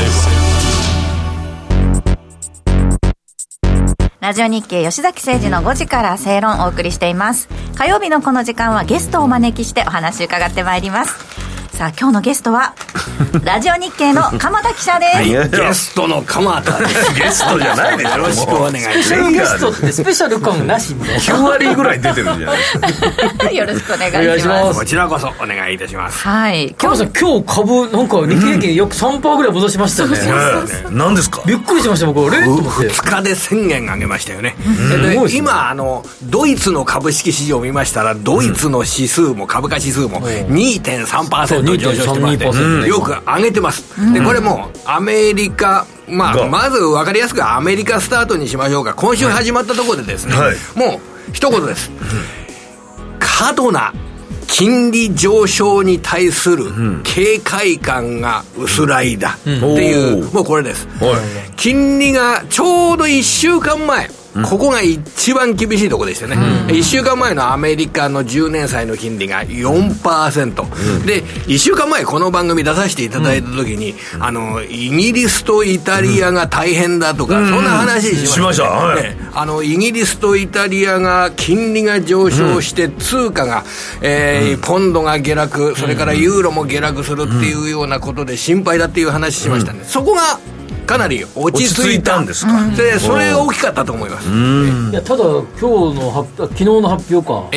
ラジオ日経吉崎誠二のごじから正論をお送りしています。火曜日のこの時間はゲストをお招きしてお話伺ってまいります。さあ今日のゲストはラジオ日経の鎌田記者です。 ゲストの鎌田です。 ゲストじゃないでよろしくお願いします。 スペシャルゲストってスペシャル感なしみたいなきゅうわりぐらい出てるんじゃないですか。 よろしくお願いします。 こちらこそお願いいたします。 はい。 鎌田さん今日株なんか日経平均よく さんパーセント ぐらい戻しましたね。 うん、何ですか。 びっくりしました僕。レート思ってふつかでせんえん上げましたよね。で今あのドイツの株式市場を見ましたらドイツの指数も株価指数も にてんさんパーセント 上昇してまして、うん、よく上げてます、うん、でこれもアメリカ、まあ、まず分かりやすくアメリカスタートにしましょうか。今週始まったところでですね、はい、もう一言です、うん、過度な金利上昇に対する警戒感が薄らいだっていう、うん、もうこれです、はい、金利がちょうどいっしゅうかんまえ、ここが一番厳しいところでしたね、うん、いっしゅうかんまえのアメリカのじゅうねん債の金利が よんパーセント、うん、でいっしゅうかんまえこの番組出させていただいた時に、うん、あのイギリスとイタリアが大変だとか、うん、そんな話しました、ね、うん、はい、あのイギリスとイタリアが金利が上昇して通貨が、えーうん、ポンドが下落、それからユーロも下落するっていうようなことで心配だっていう話しましたね、うん、そこがかなり落ち着いたんですか、うん、でそれが大きかったと思います。 うん、いやただ今日の発昨日の発表か、ええ、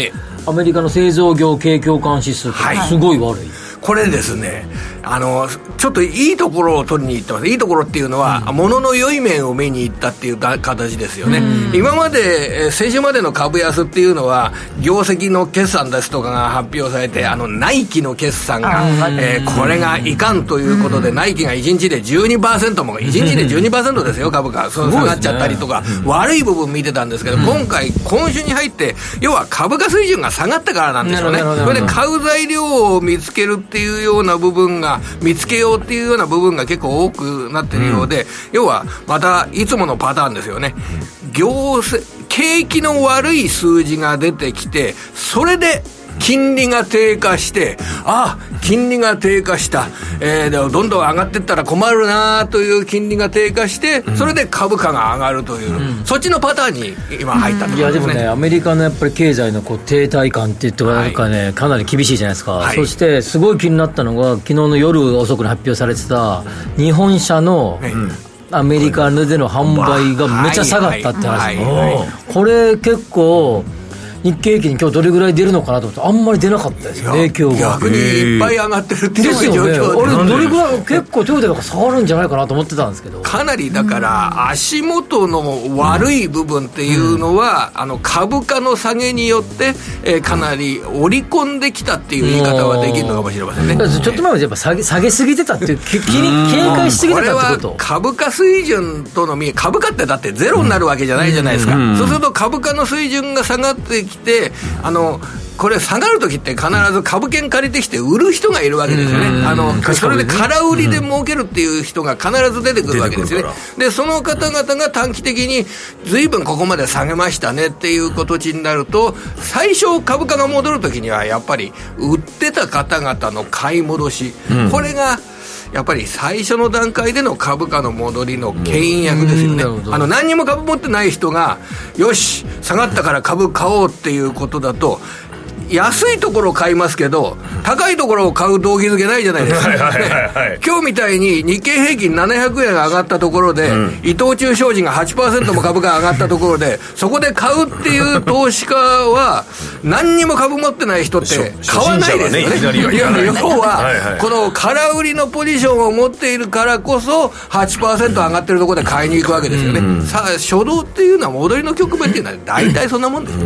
アメリカの製造業景況感指数ってすごい悪い、はい、 これですね、あのちょっといいところを取りに行ってます。いいところっていうのは、うん、物の良い面を見に行ったっていう形ですよね、うん、今まで先週までの株安っていうのは業績の決算ですとかが発表されて、あのナイキの決算が、えー、これがいかんということで、うん、ナイキがいちにちで じゅうにパーセント もいちにちで じゅうにパーセント ですよ株価、そう下がっちゃったりとか、うん、悪い部分見てたんですけど、うん、今回今週に入って要は株価水準が下がったからなんでしょうね。それで買う材料を見つけるっていうような部分が見つけようっていうような部分が結構多くなっているようで、うん、要はまたいつものパターンですよね。業績景気の悪い数字が出てきて、それで金利が低下して、ああ金利が低下した、えー、でもどんどん上がっていったら困るなという金利が低下して、それで株価が上がるという、うん、そっちのパターンに今入ったと思いますね。 いやでもね、アメリカのやっぱり経済のこう停滞感っていってなんかね、はい、かなり厳しいじゃないですか、はい、そしてすごい気になったのが昨日の夜遅くに発表されてた日本車の、はい、アメリカでの販売がめちゃ下がったって話、これ結構日経平均今日どれぐらい出るのかなと思ってあんまり出なかったですよ、影響が。 逆にいっぱい上がってるっていう状況で、 ですよね、俺どれぐらい結構トヨタが下がるんじゃないかなと思ってたんですけど、 かなりだから足元の悪い部分っていうのは、うん、あの株価の下げによって、えー、かなり織り込んできたっていう言い方はできるのかもしれませんね。 ちょっと前までやっぱ下げ、下げすぎてたっていう警戒しすぎてたってこと。これは株価水準との見株価ってだってゼロになるわけじゃないじゃないですか、うんうん、そうすると株価の水準が下がってきて、あのあのこれ下がるときって必ず株券借りてきて売る人がいるわけですよね。あのそれで空売りで儲けるっていう人が必ず出てくるわけですよね。でその方々が短期的に随分ここまで下げましたねっていう形になると、最初株価が戻るときにはやっぱり売ってた方々の買い戻し、うん、これがやっぱり最初の段階での株価の戻りの牽引役ですよね、うん、あの何にも株持ってない人がよし下がったから株買おうっていうことだと、安いところを買いますけど高いところを買う動機づけないじゃないですか、はいはいはいはい、今日みたいに日経平均ななひゃくえん上がったところで、うん、伊藤忠商事が はちパーセント も株価上がったところでそこで買うっていう投資家は何にも株持ってない人って買わないですよね。ね要はこの空売りのポジションを持っているからこそ はちパーセント 上がってるところで買いに行くわけですよね、うん、さあ初動っていうのは戻りの局面っていうのは大体そんなもんです、うん、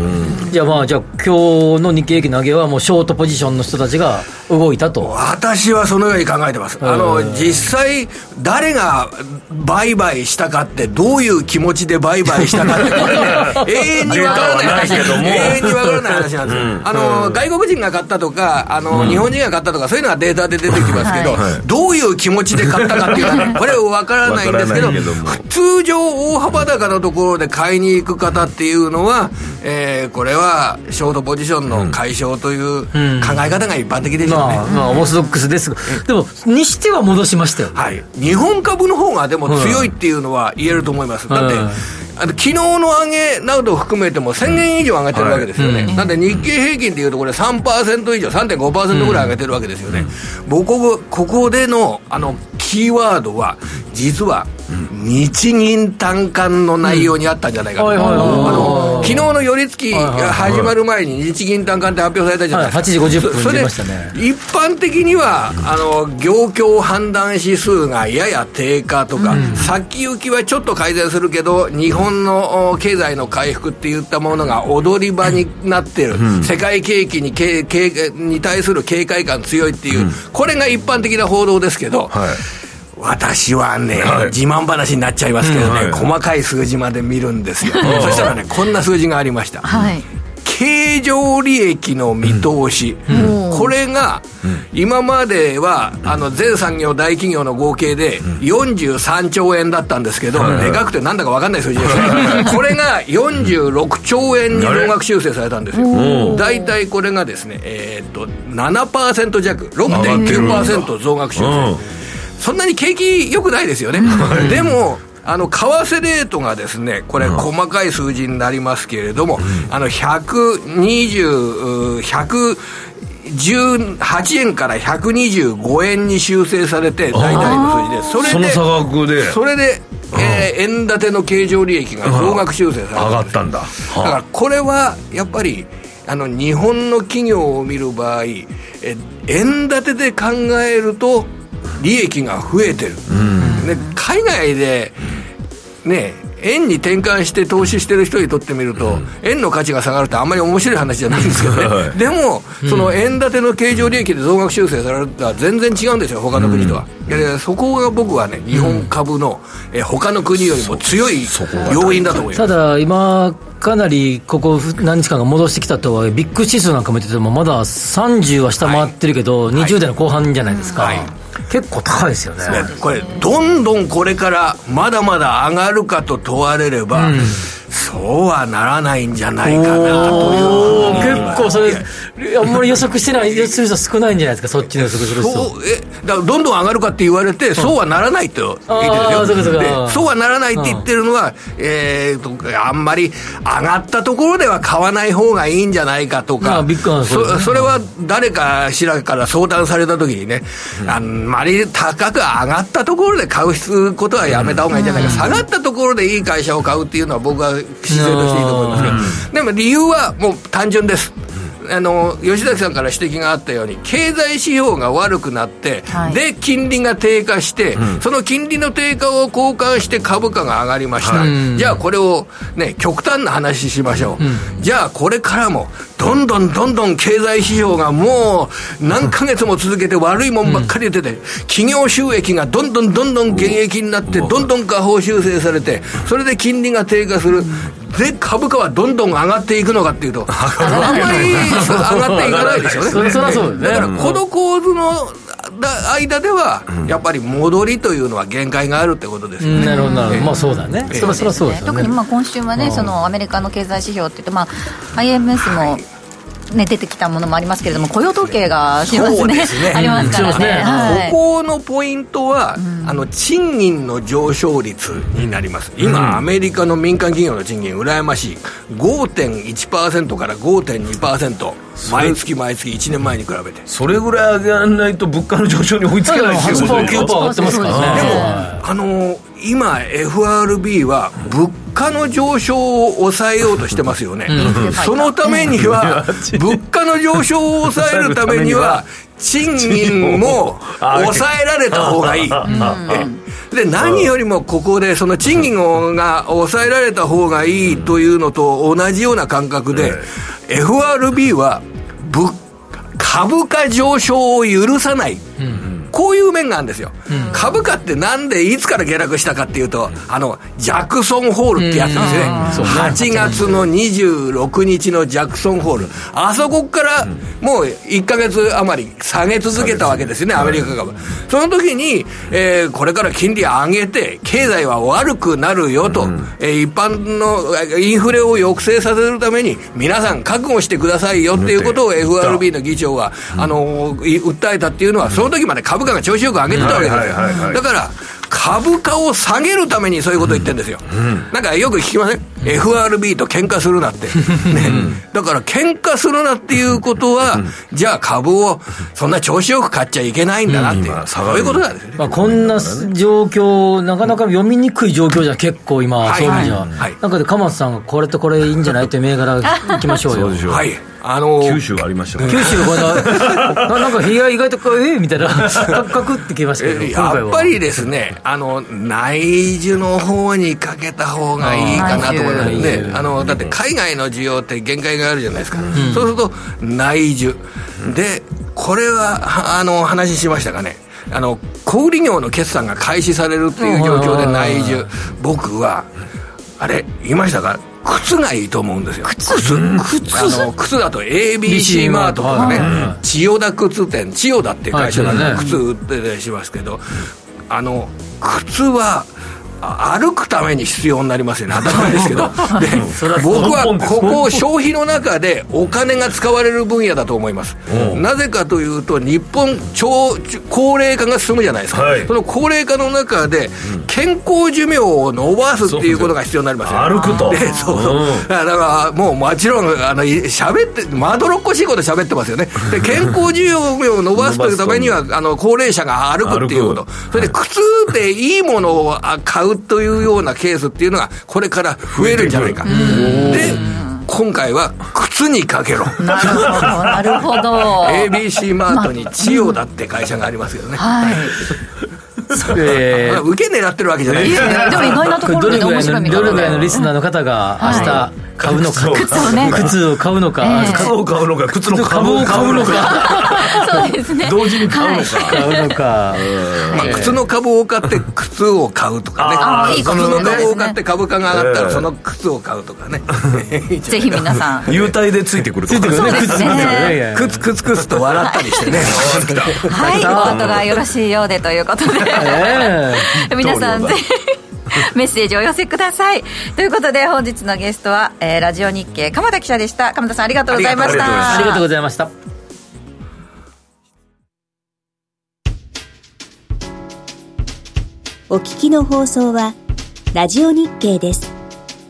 じゃあまあじゃあ今日の日経平均投げはもうショートポジションの人たちが動いたと。 私はそのように考えてます。あの実際誰が売買したかってどういう気持ちで売買したかってこれね永遠にわからない話永遠にわからない話なんですよ、うん、あの外国人が買ったとかあの、うん、日本人が買ったとかそういうのはデータで出てきますけど、はい、どういう気持ちで買ったかっていうのはこれはわからないんですけど通常大幅高のところで買いに行く方っていうのは、えー、これはショートポジションの解消という考え方が一般的でしょうね、 うんまあ、まあオーソドックスですがでもにしては戻しましたよね、 はい、日本株の方がでも強いっていうのは言えると思います、うん、だって、うんあの昨日の上げなどを含めてもせんえん以上上げてるわけですよね、はいうん、なんで日経平均でいうとこれ さんパーセント 以上 さんてんごパーセント ぐらい上げてるわけですよね、うん、僕ここでのあのキーワードは実は日銀短観の内容にあったんじゃないかと、うん、あの昨日の寄り付きが始まる前に日銀短観って発表されたじゃないですか、 はい、はちじごじゅっぷん出ましたね。 それで一般的にはあの業況判断指数がやや低下とか、うん、先行きはちょっと改善するけど日本の経済の回復っていったものが踊り場になっている、うん、世界景気にけけに対する警戒感強いっていう、うん、これが一般的な報道ですけど、はい私はね、はい、自慢話になっちゃいますけどね、うんはい、細かい数字まで見るんですよそしたらねこんな数字がありました、はい、経常利益の見通し、うん、これが今まではあの全産業大企業の合計でよんじゅうさんちょうえんだったんですけど、うん、でかくてなんだか分かんない数字ですねこれがよんじゅうろくちょうえんに増額修正されたんですよ。だいたいこれがですね、えー、っと ななパーセント 弱 ろくてんきゅうパーセント 増額修正、そんなに景気良くないですよね、はい、でもあの為替レートがですねこれ細かい数字になりますけれども、うん、あのひゃくにじゅう、ひゃくじゅうはちえんからひゃくにじゅうごえんに修正されて大体の数字でそれでその差額でそれで、えー、円建ての経常利益が増額修正されたんです。 上がったんだ、はあ、 だからこれはやっぱりあの日本の企業を見る場合、え円建てで考えると利益が増えてる、うん、で海外でね円に転換して投資してる人にとってみると、うん、円の価値が下がるってあんまり面白い話じゃないんですけどね、はい、でもその円建ての経常利益で増額修正されるとは全然違うんですよ他の国とは、うん、でそこが僕はね日本株の、うん、え他の国よりも強い要因だと思います。 ただ今かなりここ何日間か戻してきたとはいえビッグ指数なんか見ててもまださんじゅうは下回ってるけど、はい、にじゅう代の後半じゃないですか、はいはい、結構高いですよね。 これどんどんこれからまだまだ上がるかと問われれば、うん、そうはならないんじゃないかなという、 結構それあんまり予測してないする人少ないんじゃないですか。そっちの予測する人。 そうえだからどんどん上がるかって言われて、うん、そうはならないと言ってるんですよ。でそうはならないって言ってるのは、うんえー、とあんまり上がったところでは買わない方がいいんじゃないかとか、そ, そ, それは誰かしらから相談された時にね、うん、あんまり高く上がったところで買うことはやめた方がいいんじゃないか、うん、下がったところでいい会社を買うっていうのは僕は自然としていいと思いますけど、うん、でも理由はもう単純です。あの吉崎さんから指摘があったように経済指標が悪くなって、はい、で金利が低下して、うん、その金利の低下を交換して株価が上がりました、はい、じゃあこれを、ね、極端な話しましょう、うん、じゃあこれからもどんどんどんどん経済指標がもう何ヶ月も続けて悪いもんばっかり出て、うん、企業収益がどんどんどんどん減益になってどんどん下方修正されてそれで金利が低下するで株価はどんどん上がっていくのかっていうとあんまり上がっていかないでしょうね。それそらそうですね。だからこの構図の間ではやっぱり戻りというのは限界があるってことですよね、うん、 なるほどなるほど、まあそうだね、 それはそらそうですよね。特にまあ今週はねそのアメリカの経済指標って言って、まあ、アイエムエス も、はいね、出てきたものもありますけれども雇用統計がしますね、そうですねありますからね、 はい、ここのポイントは、うん、あの賃金の上昇率になります。今、うん、アメリカの民間企業の賃金羨ましい ごてんいちパーセント から ごてんにパーセント 毎月毎月いちねんまえに比べてそれぐらい上げられないと物価の上昇に追いつけないですよ。 はちパーセントきゅうパーセント 上がってますからね。 でもあの今 エフアールビー は物価の上昇を抑えようとしてますよね、うん、そのためには物価の上昇を抑えるためには賃金も抑えられた方がいい、で何よりもここでその賃金が抑えられた方がいいというのと同じような感覚で エフアールビー は物株価上昇を許さない、うんこういう面があるんですよ、うん、株価ってなんでいつから下落したかっていうとあのジャクソンホールってやつですね、うん、はちがつのにじゅうろくにちのジャクソンホールあそこからもういっかげつ余り下げ続けたわけですよねアメリカ株。その時に、えー、これから金利上げて経済は悪くなるよと、うんえー、一般のインフレを抑制させるために皆さん覚悟してくださいよっていうことを エフアールビー の議長が、うん、あの訴えたっていうのはその時まで株価が調子よく上げてたわけですよ、はいはいはいはい、だから株価を下げるためにそういうことを言ってるんですよ、うん、なんかよく聞きません、うん、エフアールビー と喧嘩するなって、ね、だから喧嘩するなっていうことは、うん、じゃあ株をそんな調子よく買っちゃいけないんだなっていう、うん、そういうことなんですよね、 まあ、こんな状況なかなか読みにくい状況じゃ結構今、はい、そういう意味じゃ、はいはい、なんかで鎌田さんがこれとこれいいんじゃないって銘柄いきましょうよはいあのー、九州ありましたね。 九州これななんか部屋意外とこうえー、みたいなカクカクってきましたけど、 えー、やっぱりですねあの内需の方にかけた方がいいかなと思いますね。あのだって海外の需要って限界があるじゃないですか、うん、そうすると内需、うん、でこれはあの話しましたかねあの小売業の決算が開始されるっていう状況で内需僕はあれ言いましたか靴がいいと思うんですよ。靴靴あの靴だと エービーシー マートとかね、千代田靴店千代田っていう会社が靴売ってたりしますけど、あの靴は歩くために必要になりますよね当たり前ですけどで僕はここ消費の中でお金が使われる分野だと思います。なぜかというと日本超高齢化が進むじゃないですか、はい、その高齢化の中で健康寿命を伸ばすっていうことが必要になりますよ、 ね、歩くとでそうそう、うん、だからもうもちろんあの喋ってまどろっこしいこと喋ってますよね。で健康寿命を伸ばすというためにはあの高齢者が歩くっていうことそれで靴でいいものを買うというようなケースっていうのがこれから増えるんじゃないか。で今回は靴にかけろ。 なるほどなるほど。 エービーシー マートに千代田って会社がありますけどね、 はいえー、受け狙ってるわけじゃないですね。 でも意外なところで、ね、面白いみたいな。 どれぐらいのリスナーの方が明日買うのか、 靴をね、 靴を買うのか、 えー、靴を買うのか、靴の株を買うのかそうですね、 同時に買うのか、 はい、買うのか、 まあ、靴の株を買って靴を買うとかね、あいい靴の株を買って株価が上がったらその靴を買うとかね、 ぜひ皆さん優待でついてくるとか、 ついてくるね、 靴ね、 靴靴靴と笑ったりしてねはい、お後がよろしいようでということで、えー、皆さんぜひメッセージをお寄せください。ということで本日のゲストは、えー、ラジオ日経鎌田記者でした。鎌田さんありがとうございました。 ありがとうございました。 お聞きの放送はラジオ日経です。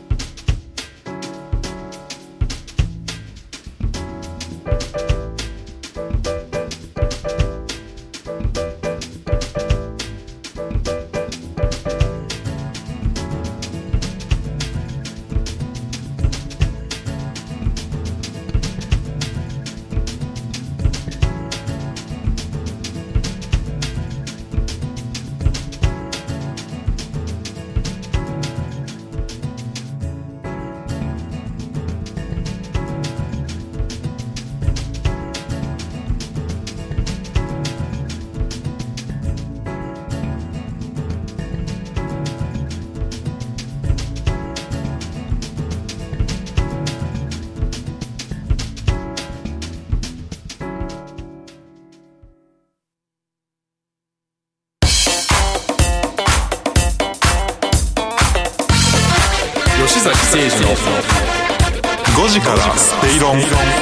吉崎誠二のごじからスペイロン。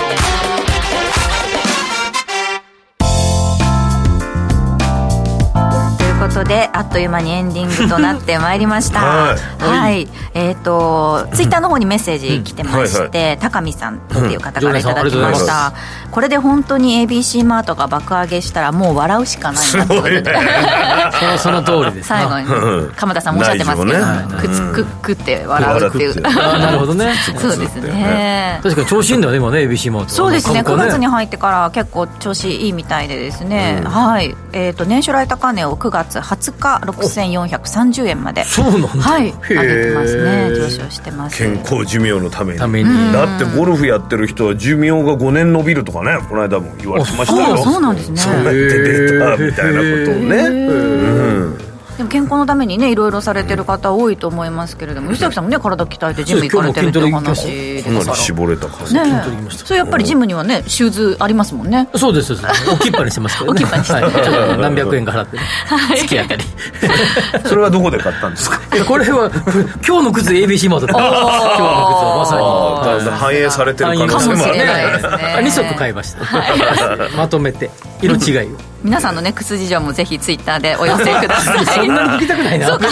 ということであっという間にエンディングとなってまいりましたはい、はい、えっ、ー、とツイッターの方にメッセージ来てまして、うんはいはい、高見さんっていう方からいただきました、うん、これで本当に エービーシー マートが爆上げしたらもう笑うしかないなということでその通りです。 最後に鎌田さんもおっしゃってますけど、ね、くつくくって笑うっていうなるほどねそうですね。 確かに調子いいんだよね今ね エービーシー マート。 そうですね、くがつに入ってから結構調子いいみたいでですね、うん、はい、えーと年初来高値をくがつはつかろくせんよんひゃくさんじゅうえんまで、 そうなんだ、 はい、上げてますね、上昇してます。 健康寿命のために、ためにだってゴルフやってる人は寿命がごねん延びるとかね、この間も言われてましたよ。 そうなんですね、 そうやってデータみたいなことをね、うん、 でも健康のためにねいろいろされてる方多いと思いますけれども、吉崎さんもね体鍛えてジム行かれてるっていう話ですから、 かなり絞れた感じ、 ね、それやっぱりジムにはねシューズありますもんね。 そうですそうです、置きっぱにしてますけどね、 置きっぱにして、 はい、ちょっと何百円か払ってね、はい、月当たりそれはどこで買ったんですか。 これは今日の靴 エービーシー マートで今日の靴はまさに反映されてる可能性もあるね。に足買いました、はい、まとめて色違いを皆さんのね靴事情もぜひツイッターでお寄せくださいそんなに聞きたくないなどこ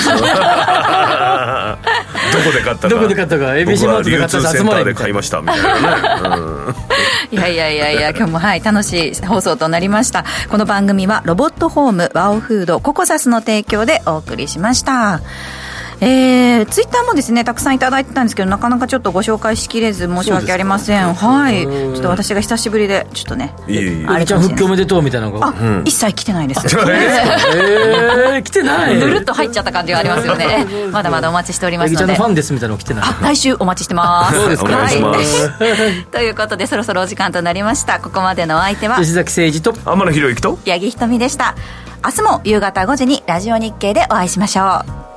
で買ったか、 どこで買ったか エービーシー マートで買ったら集まれで買いましたみたいなね、うん、 いやいやいやいや今日もはい楽しい放送となりました。この番組はロボットホームワオフードココザスの提供でお送りしました。えー、ツイッターもですねたくさんいただいてたんですけどなかなかちょっとご紹介しきれず申し訳ありません。はい、ちょっと私が久しぶりでちょっとねいえいえあれちゃん復帰おめでとうみたいなのが、 あ、うん、一切来てないです。 えー、来てない。 ぬるっと入っちゃった感じがありますよねまだまだお待ちしておりますので、 ちゃんのファンですみたいなの来てない。 あ、来週お待ちしてますそうですか、 はい、ということでそろそろお時間となりました。ここまでのお相手は吉崎誠二と天野博之と八木ひとみでした。明日も夕方ごじにラジオ日経でお会いしましょう。